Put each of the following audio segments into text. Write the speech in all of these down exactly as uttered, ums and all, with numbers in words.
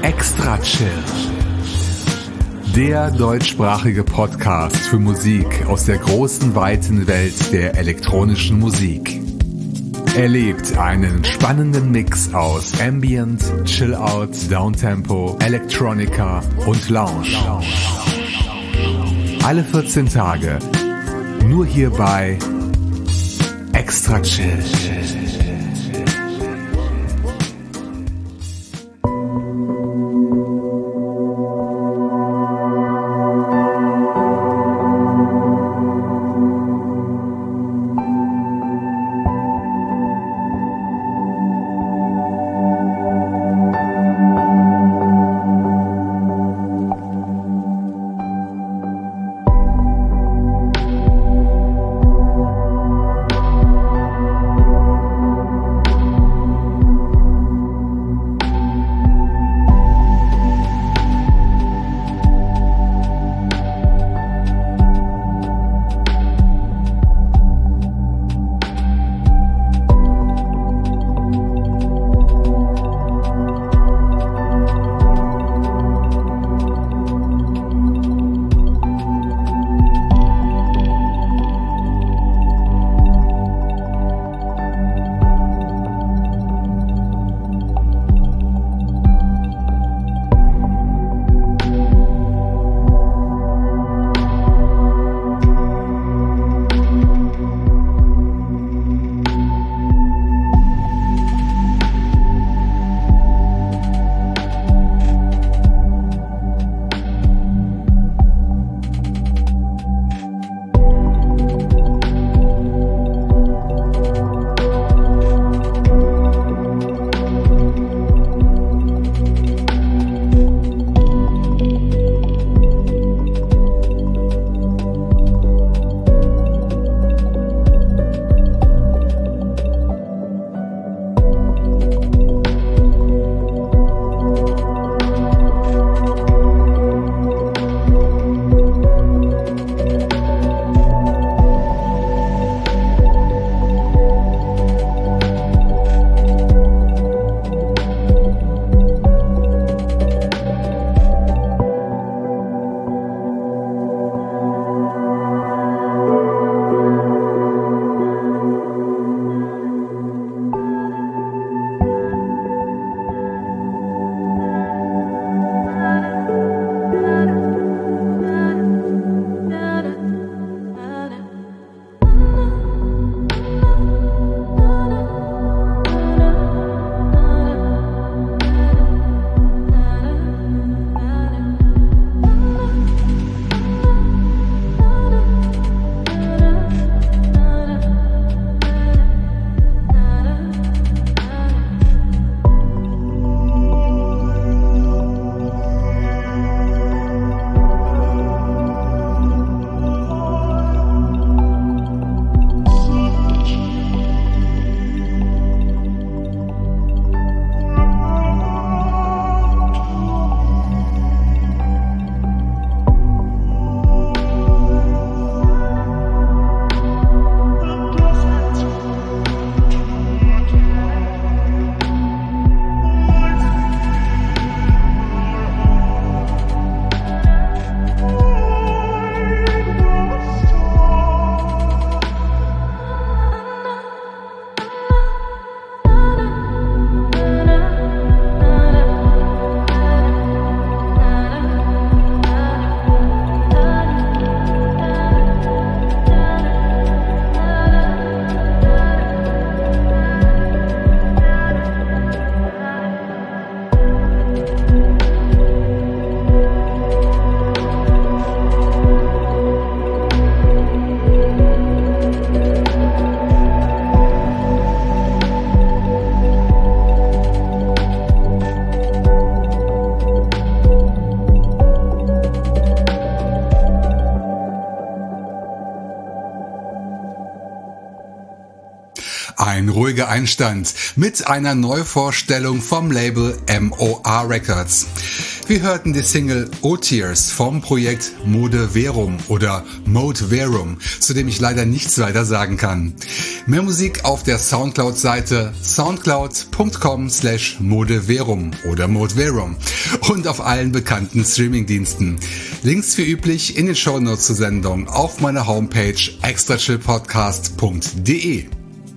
Extra Chill. Der deutschsprachige Podcast für Musik aus der großen, weiten Welt der elektronischen Musik. Erlebt einen spannenden Mix aus Ambient, Chill-Out, Downtempo, Electronica und Lounge. Alle vierzehn Tage. Nur hier bei Extra Chill. Ein ruhiger Einstand mit einer Neuvorstellung vom Label M O R Records. Wir hörten die Single O-Tears vom Projekt Mode Verum oder Mode Verum, zu dem ich leider nichts weiter sagen kann. Mehr Musik auf der Soundcloud-Seite soundcloud punkt com slash Mode Verum oder Mode Verum und auf allen bekannten Streamingdiensten. Links wie üblich in den Shownotes zur Sendung auf meiner Homepage extra chill podcast punkt de.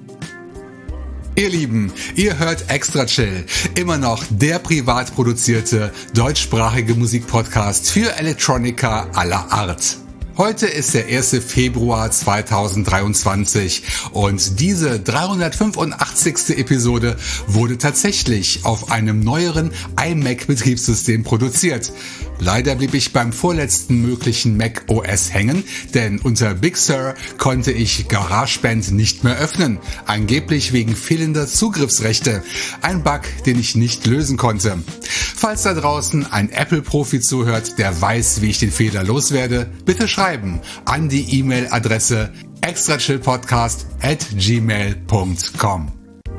Ihr Lieben, ihr hört Extra Chill, immer noch der privat produzierte deutschsprachige Musikpodcast für Elektroniker aller Art. Heute ist der erste Februar zweitausenddreiundzwanzig und diese dreihundertfünfundachtzigste Episode wurde tatsächlich auf einem neueren iMac-Betriebssystem produziert. Leider blieb ich beim vorletzten möglichen Mac O S hängen, denn unter Big Sur konnte ich GarageBand nicht mehr öffnen, angeblich wegen fehlender Zugriffsrechte. Ein Bug, den ich nicht lösen konnte. Falls da draußen ein Apple-Profi zuhört, der weiß, wie ich den Fehler loswerde, bitte schreiben an die E-Mail-Adresse extrachillpodcast at gmail punkt com.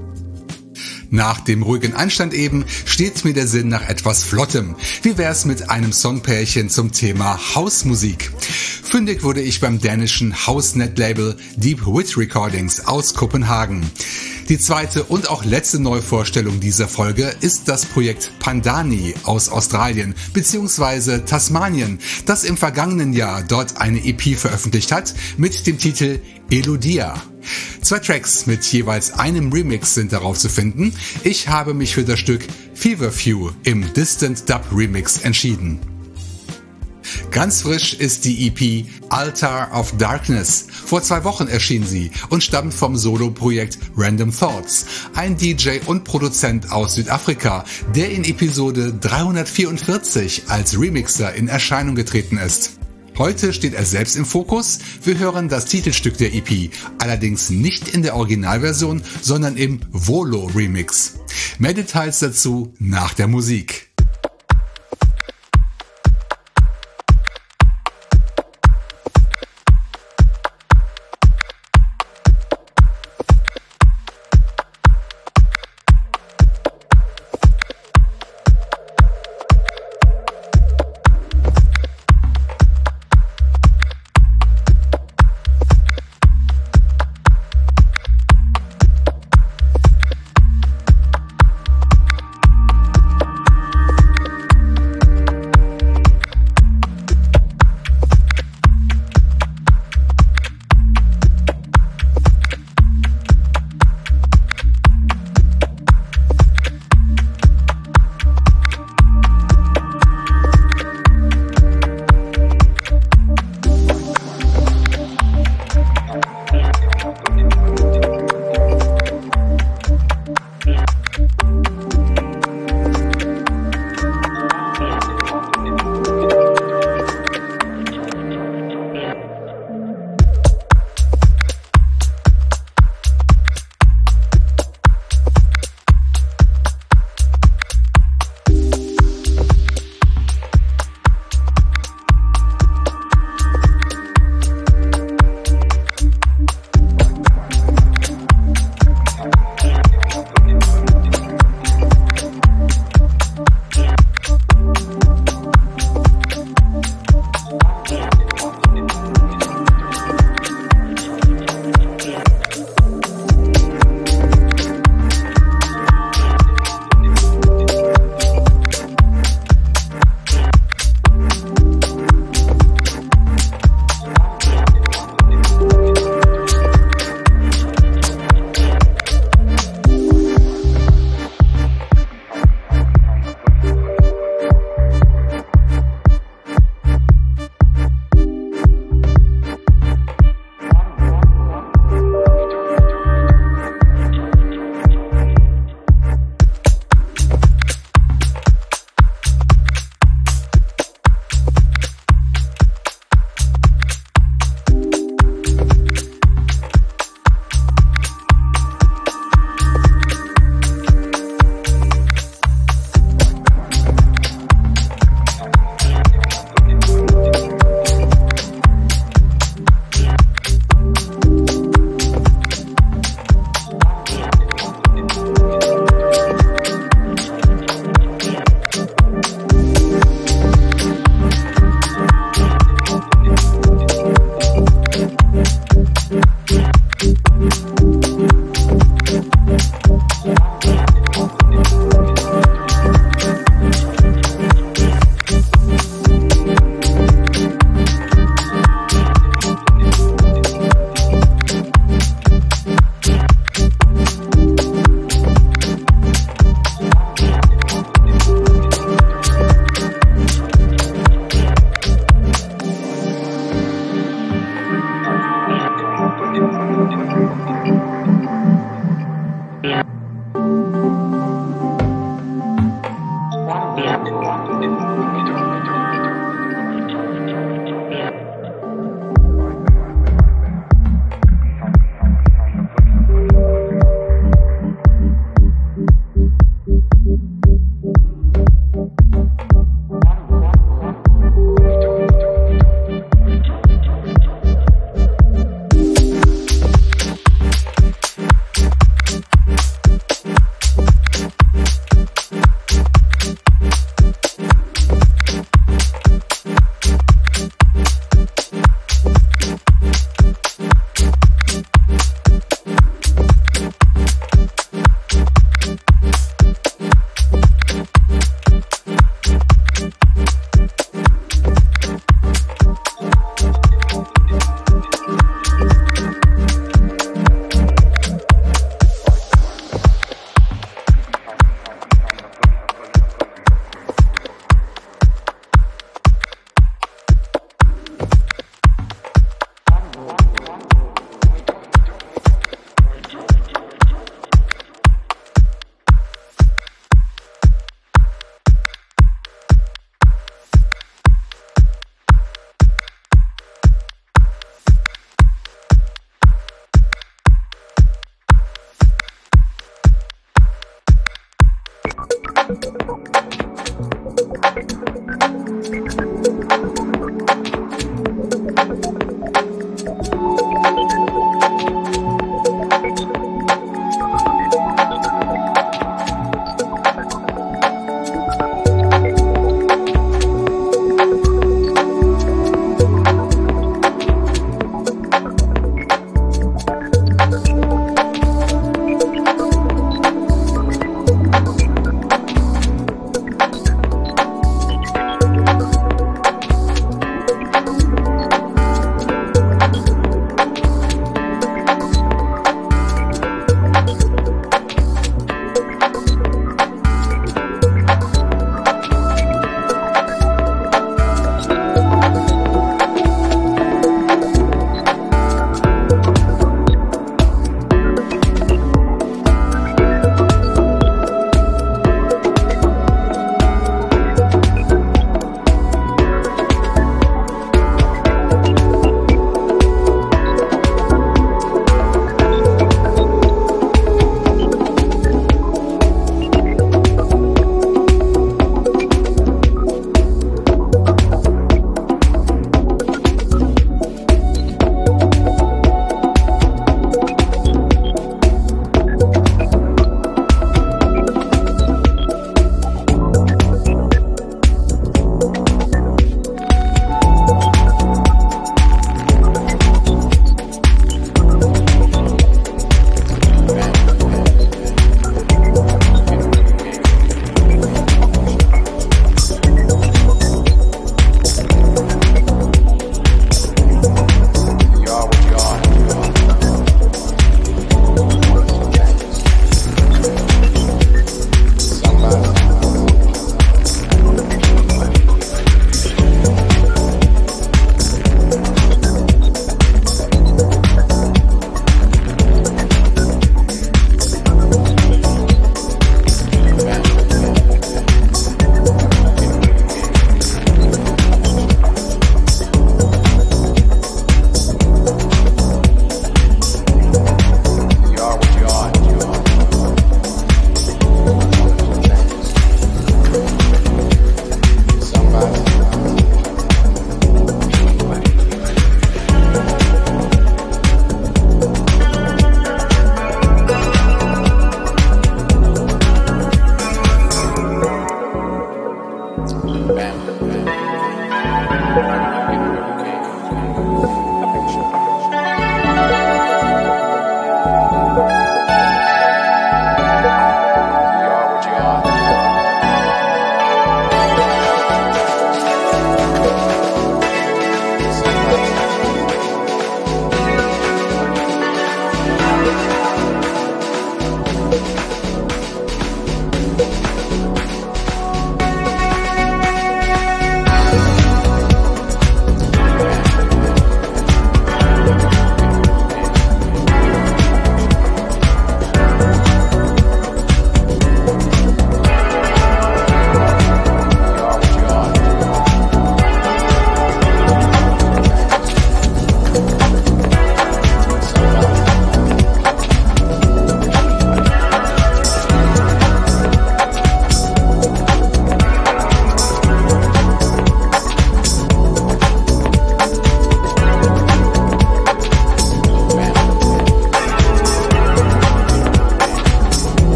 Nach dem ruhigen Anstand eben steht mir der Sinn nach etwas Flottem. Wie wär's mit einem Songpärchen zum Thema Hausmusik? Fündig wurde ich beim dänischen Hausnet-Label Deep Wit Recordings aus Kopenhagen. Die zweite und auch letzte Neuvorstellung dieser Folge ist das Projekt Pandani aus Australien bzw. Tasmanien, das im vergangenen Jahr dort eine E P veröffentlicht hat mit dem Titel Eludia. Zwei Tracks mit jeweils einem Remix sind darauf zu finden. Ich habe mich für das Stück Feverfew im Distant Dub Remix entschieden. Ganz frisch ist die E P Altar of Darkness. Vor zwei Wochen erschien sie und stammt vom Solo-Projekt Random Thoughts, ein D J und Produzent aus Südafrika, der in Episode dreihundertvierundvierzig als Remixer in Erscheinung getreten ist. Heute steht er selbst im Fokus. Wir hören das Titelstück der E P, allerdings nicht in der Originalversion, sondern im Volo-Remix. Mehr Details dazu nach der Musik.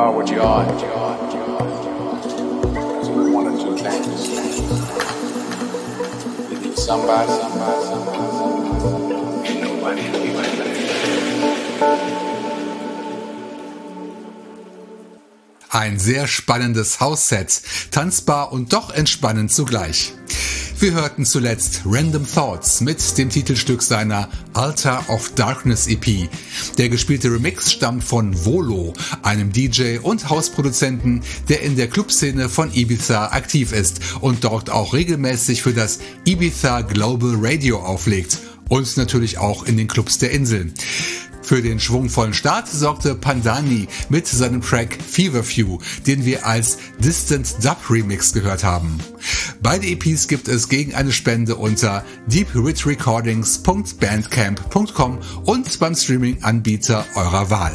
are what you are. So we want to do things. You need somebody, somebody, somebody. Ain't nobody to be like that. Ein sehr spannendes House-Set, tanzbar und doch entspannend zugleich. Wir hörten zuletzt Random Thoughts mit dem Titelstück seiner Altar of Darkness E P. Der gespielte Remix stammt von Volo, einem D J und Hausproduzenten, der in der Clubszene von Ibiza aktiv ist und dort auch regelmäßig für das Ibiza Global Radio auflegt und natürlich auch in den Clubs der Insel. Für den schwungvollen Start sorgte Pandani mit seinem Track Feverfew, den wir als Distant Dub Remix gehört haben. Beide E Ps gibt es gegen eine Spende unter deep rit recordings punkt bandcamp punkt com und beim Streaming-Anbieter eurer Wahl.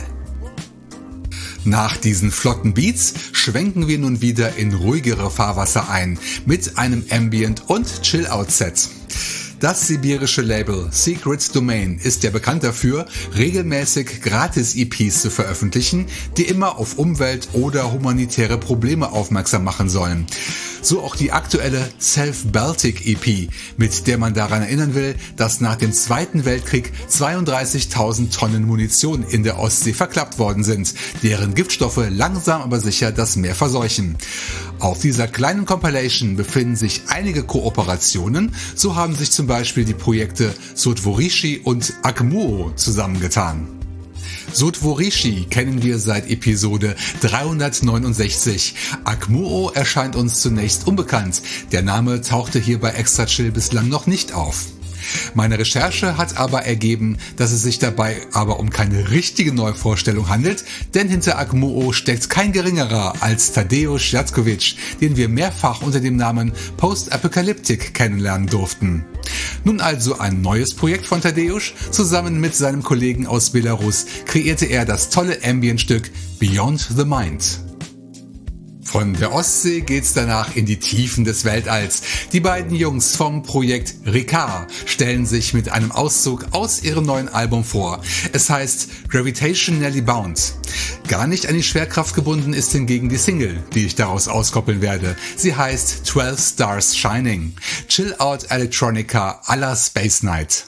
Nach diesen flotten Beats schwenken wir nun wieder in ruhigere Fahrwasser ein mit einem Ambient- und Chill-Out-Set. Das sibirische Label Secret Domain ist ja bekannt dafür, regelmäßig Gratis-E Ps zu veröffentlichen, die immer auf Umwelt- oder humanitäre Probleme aufmerksam machen sollen. So auch die aktuelle Self-Baltic E P, mit der man daran erinnern will, dass nach dem Zweiten Weltkrieg zweiunddreißigtausend Tonnen Munition in der Ostsee verklappt worden sind, deren Giftstoffe langsam aber sicher das Meer verseuchen. Auf dieser kleinen Compilation befinden sich einige Kooperationen, so haben sich zum Beispiel die Projekte Sotworishi und Akmuo zusammengetan. Sotworishi kennen wir seit Episode dreihundertneunundsechzig. Akmuo erscheint uns zunächst unbekannt. Der Name tauchte hier bei Extra Chill bislang noch nicht auf. Meine Recherche hat aber ergeben, dass es sich dabei aber um keine richtige Neuvorstellung handelt, denn hinter Akmuo steckt kein geringerer als Tadeusz Jackovic, den wir mehrfach unter dem Namen Post-Apocalyptic kennenlernen durften. Nun also ein neues Projekt von Tadeusz. Zusammen mit seinem Kollegen aus Belarus kreierte er das tolle Ambient-Stück Beyond the Mind. Von der Ostsee geht's danach in die Tiefen des Weltalls. Die beiden Jungs vom Projekt Ricard stellen sich mit einem Auszug aus ihrem neuen Album vor. Es heißt Gravitationally Bound. Gar nicht an die Schwerkraft gebunden ist hingegen die Single, die ich daraus auskoppeln werde. Sie heißt twelve Stars Shining. Chill Out Electronica à la Space Night.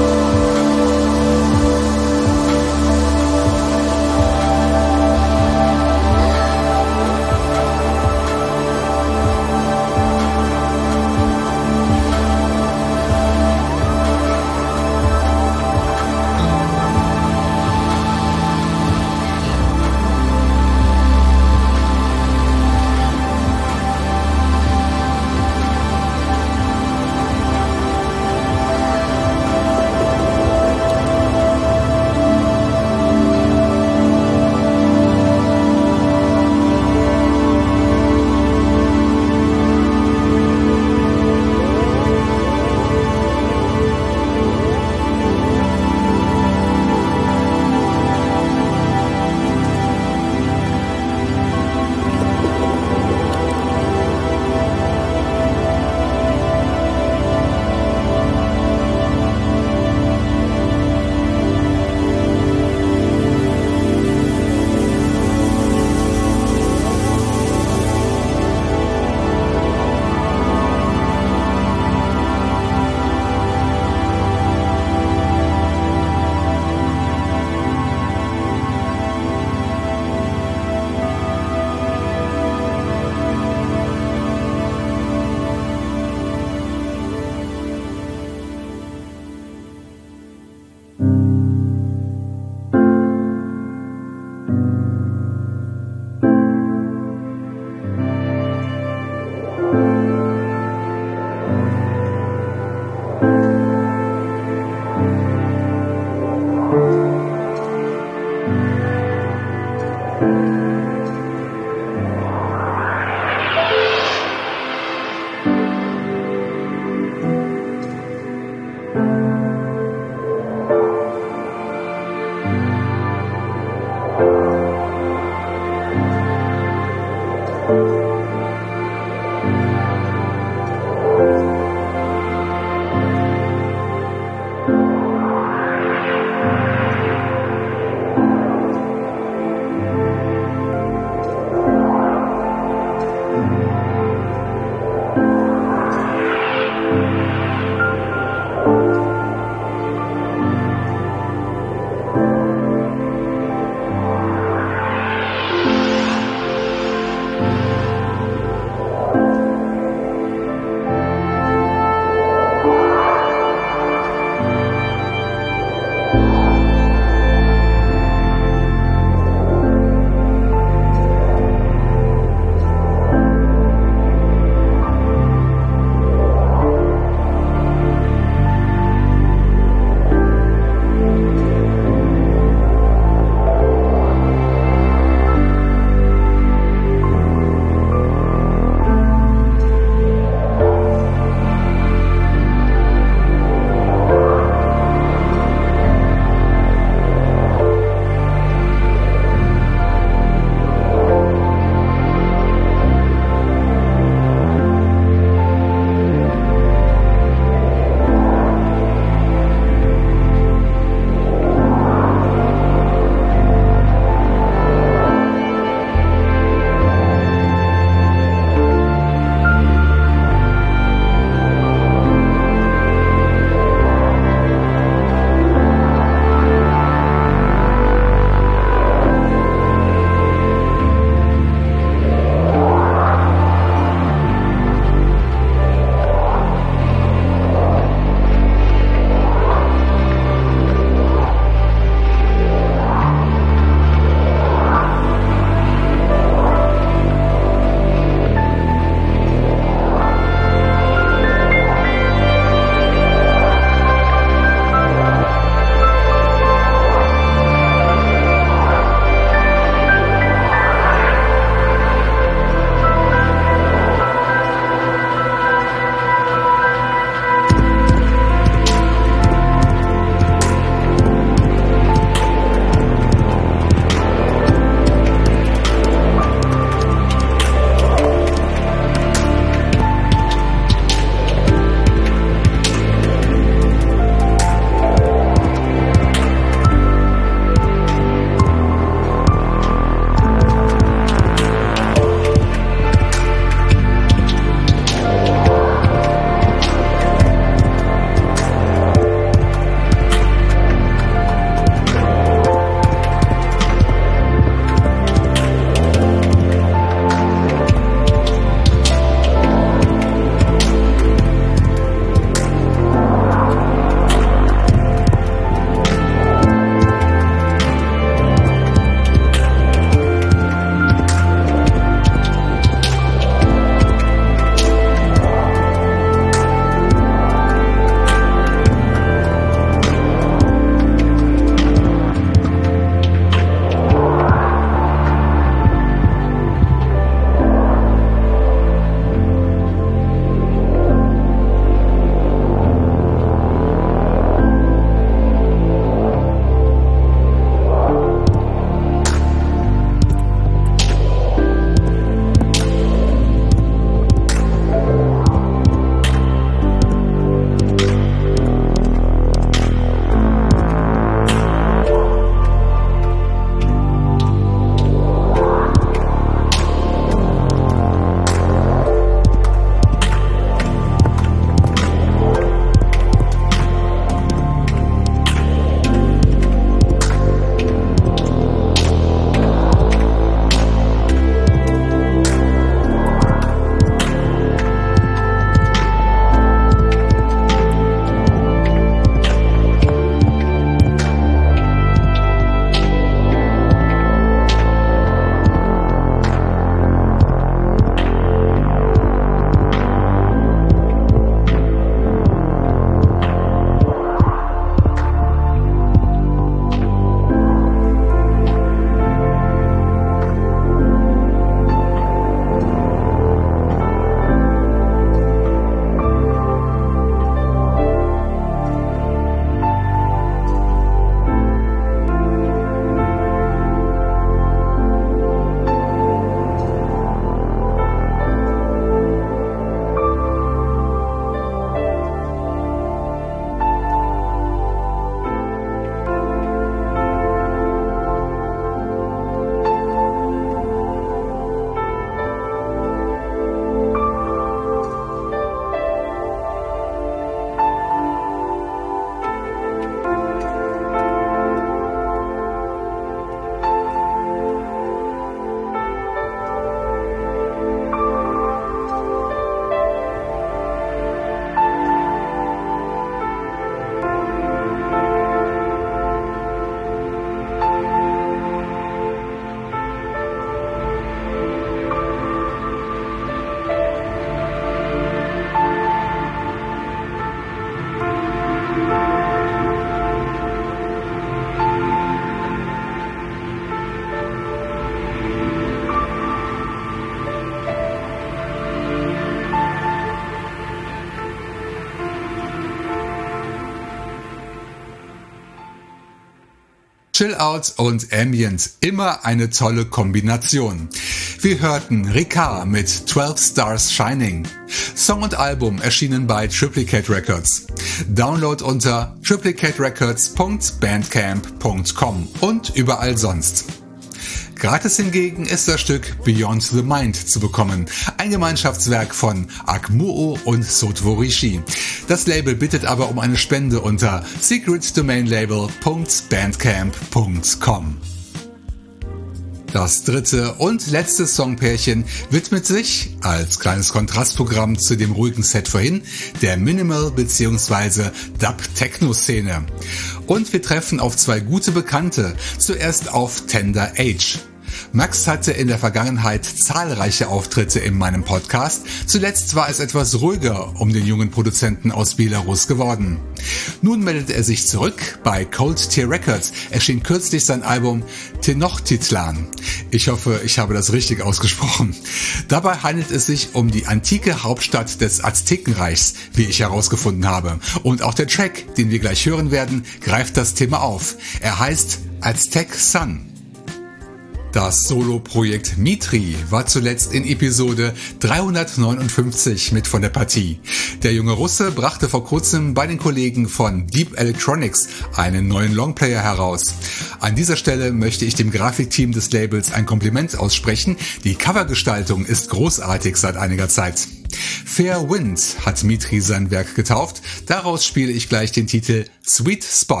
Chill-Out und Ambient, immer eine tolle Kombination. Wir hörten Ricard mit zwölf Stars Shining. Song und Album erschienen bei Triplicate Records. Download unter triplicate records punkt bandcamp punkt com und überall sonst. Gratis hingegen ist das Stück Beyond the Mind zu bekommen, ein Gemeinschaftswerk von Akmuo und Sotwo Rishi. Das Label bittet aber um eine Spende unter secret domain label punkt bandcamp punkt com. Das dritte und letzte Songpärchen widmet sich, als kleines Kontrastprogramm zu dem ruhigen Set vorhin, der Minimal- bzw. Dub-Techno-Szene. Und wir treffen auf zwei gute Bekannte, zuerst auf Tender Age. Max hatte in der Vergangenheit zahlreiche Auftritte in meinem Podcast. Zuletzt war es etwas ruhiger um den jungen Produzenten aus Belarus geworden. Nun meldet er sich zurück. Bei Cold Tear Records erschien kürzlich sein Album Tenochtitlan. Ich hoffe, ich habe das richtig ausgesprochen. Dabei handelt es sich um die antike Hauptstadt des Aztekenreichs, wie ich herausgefunden habe. Und auch der Track, den wir gleich hören werden, greift das Thema auf. Er heißt Aztec Sun. Das Solo-Projekt Mitri war zuletzt in Episode dreihundertneunundfünfzig mit von der Partie. Der junge Russe brachte vor kurzem bei den Kollegen von Deep Electronics einen neuen Longplayer heraus. An dieser Stelle möchte ich dem Grafikteam des Labels ein Kompliment aussprechen. Die Covergestaltung ist großartig seit einiger Zeit. Fair Wind hat Mitri sein Werk getauft. Daraus spiele ich gleich den Titel Sweet Spot.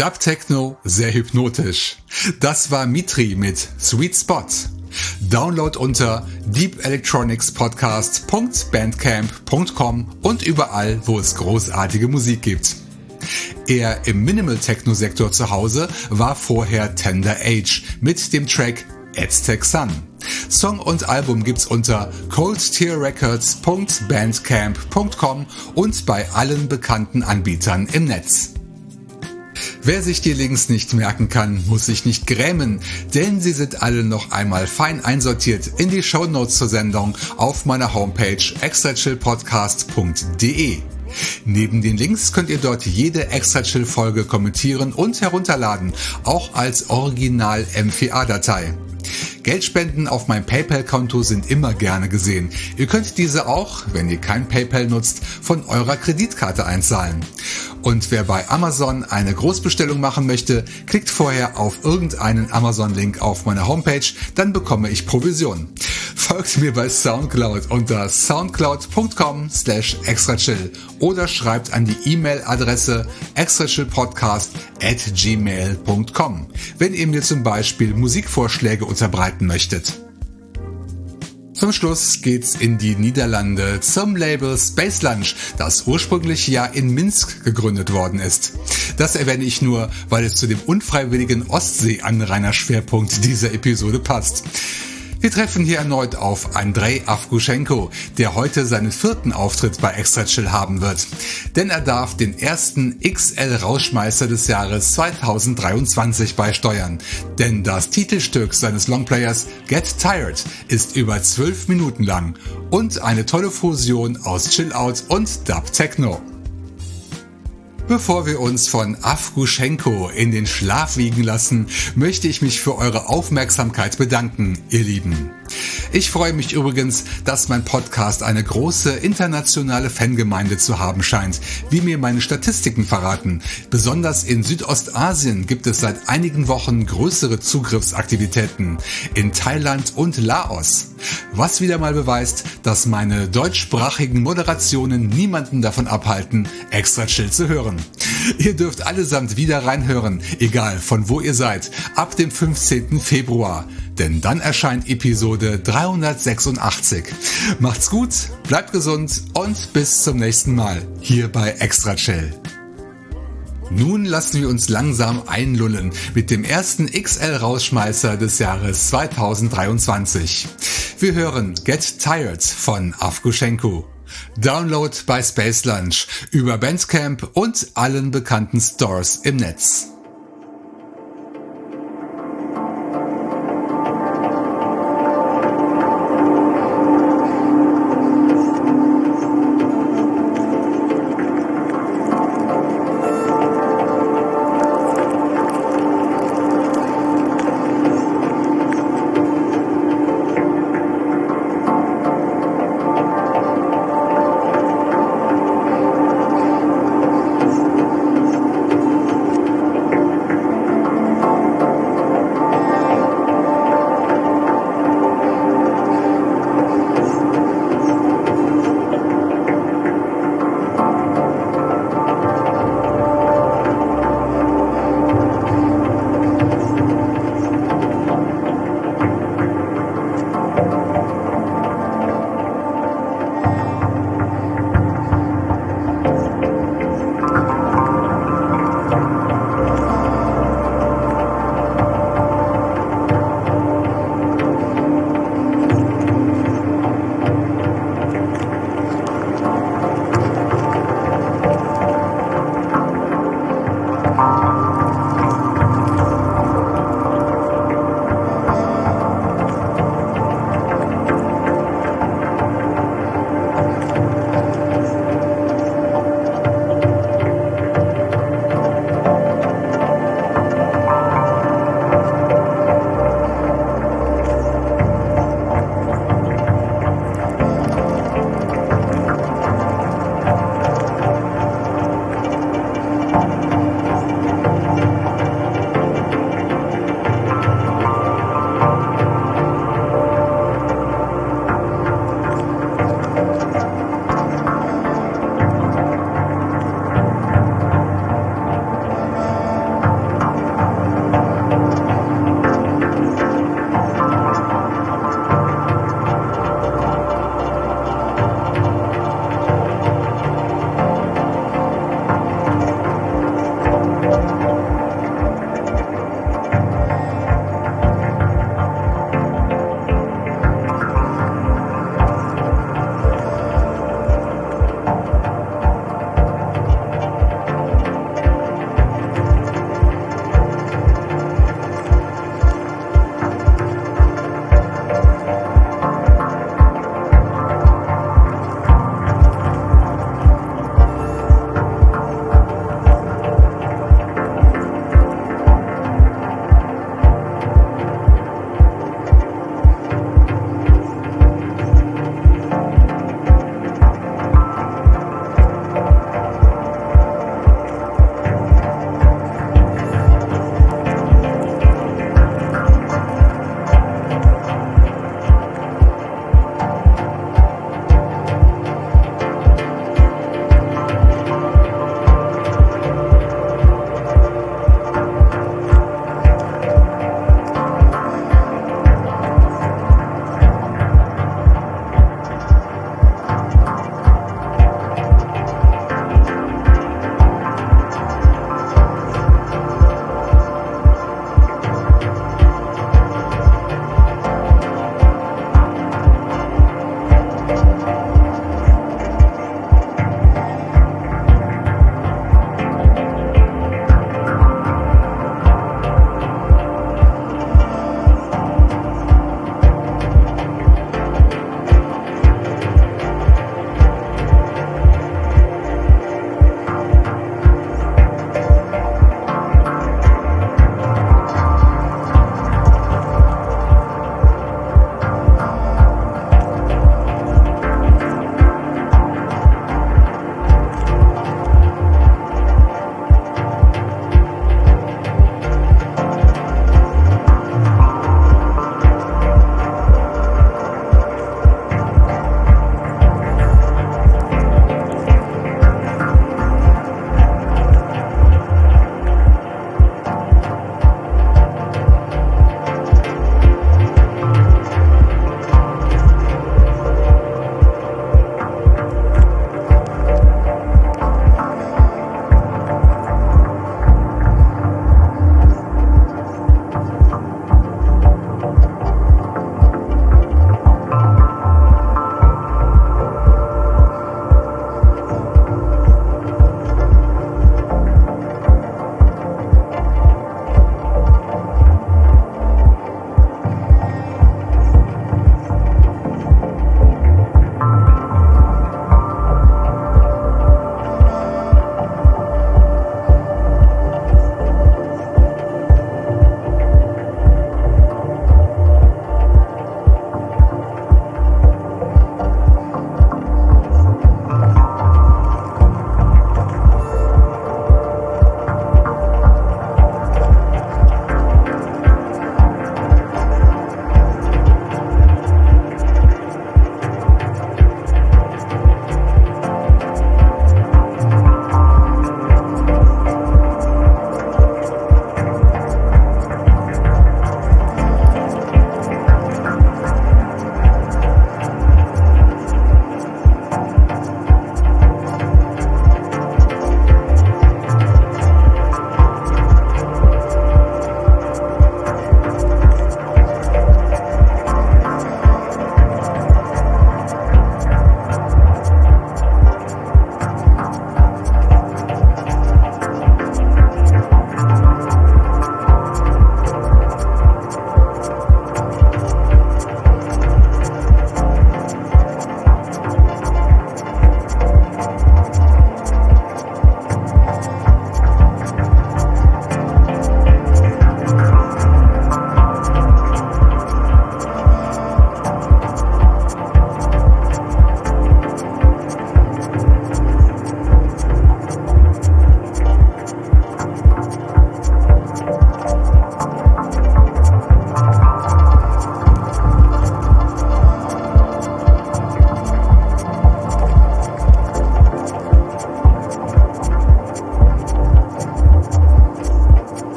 Dub Techno, sehr hypnotisch. Das war Mitri mit Sweet Spot. Download unter deep electronics podcast punkt bandcamp punkt com und überall, wo es großartige Musik gibt. Eher im Minimal-Techno-Sektor zu Hause war vorher Tender Age mit dem Track Aztec Sun. Song und Album gibt's unter cold tear records punkt bandcamp punkt com und bei allen bekannten Anbietern im Netz. Wer sich die Links nicht merken kann, muss sich nicht grämen, denn sie sind alle noch einmal fein einsortiert in die Shownotes zur Sendung auf meiner Homepage extra chill podcast punkt de. Neben den Links könnt ihr dort jede Extra Chill Folge kommentieren und herunterladen, auch als Original M vier A-Datei. Geldspenden auf meinem PayPal-Konto sind immer gerne gesehen. Ihr könnt diese auch, wenn ihr kein PayPal nutzt, von eurer Kreditkarte einzahlen. Und wer bei Amazon eine Großbestellung machen möchte, klickt vorher auf irgendeinen Amazon-Link auf meiner Homepage, dann bekomme ich Provision. Folgt mir bei Soundcloud unter soundcloud punkt com slash extrachill oder schreibt an die E-Mail-Adresse extrachillpodcast at gmail punkt com, wenn ihr mir zum Beispiel Musikvorschläge unterbreiten möchtet. Zum Schluss geht's in die Niederlande zum Label Space Lunch, das ursprünglich ja in Minsk gegründet worden ist. Das erwähne ich nur, weil es zu dem unfreiwilligen Ostsee-Anrainer-Schwerpunkt dieser Episode passt. Wir treffen hier erneut auf Andrei Avguschenko, der heute seinen vierten Auftritt bei Extra Chill haben wird. Denn er darf den ersten X L-Rauschmeißer des Jahres zweitausenddreiundzwanzig beisteuern. Denn das Titelstück seines Longplayers Get Tired ist über zwölf Minuten lang und eine tolle Fusion aus Chill-Out und Dub Techno. Bevor wir uns von Avguschenko in den Schlaf wiegen lassen, möchte ich mich für eure Aufmerksamkeit bedanken, ihr Lieben. Ich freue mich übrigens, dass mein Podcast eine große internationale Fangemeinde zu haben scheint, wie mir meine Statistiken verraten. Besonders in Südostasien gibt es seit einigen Wochen größere Zugriffsaktivitäten, in Thailand und Laos. Was wieder mal beweist, dass meine deutschsprachigen Moderationen niemanden davon abhalten, Extra Chill zu hören. Ihr dürft allesamt wieder reinhören, egal von wo ihr seid, ab dem fünfzehnten Februar. Denn dann erscheint Episode dreihundertsechsundachtzig. Macht's gut, bleibt gesund und bis zum nächsten Mal hier bei Extra Chill. Nun lassen wir uns langsam einlullen mit dem ersten X L-Rausschmeißer des Jahres zweitausenddreiundzwanzig. Wir hören Get Tired von Avguschenko. Download bei Space Lunch über Bandcamp und allen bekannten Stores im Netz.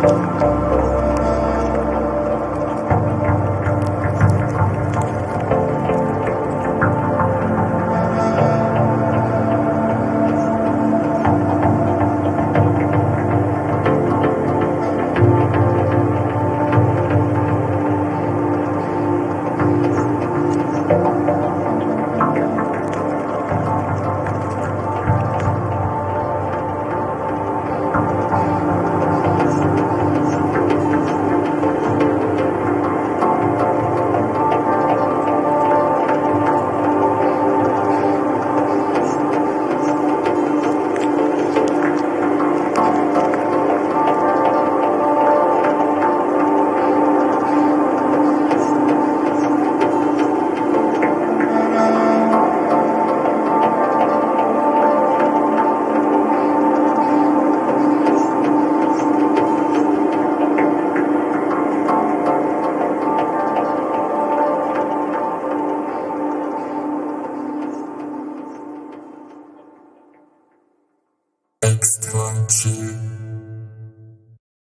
Thank you.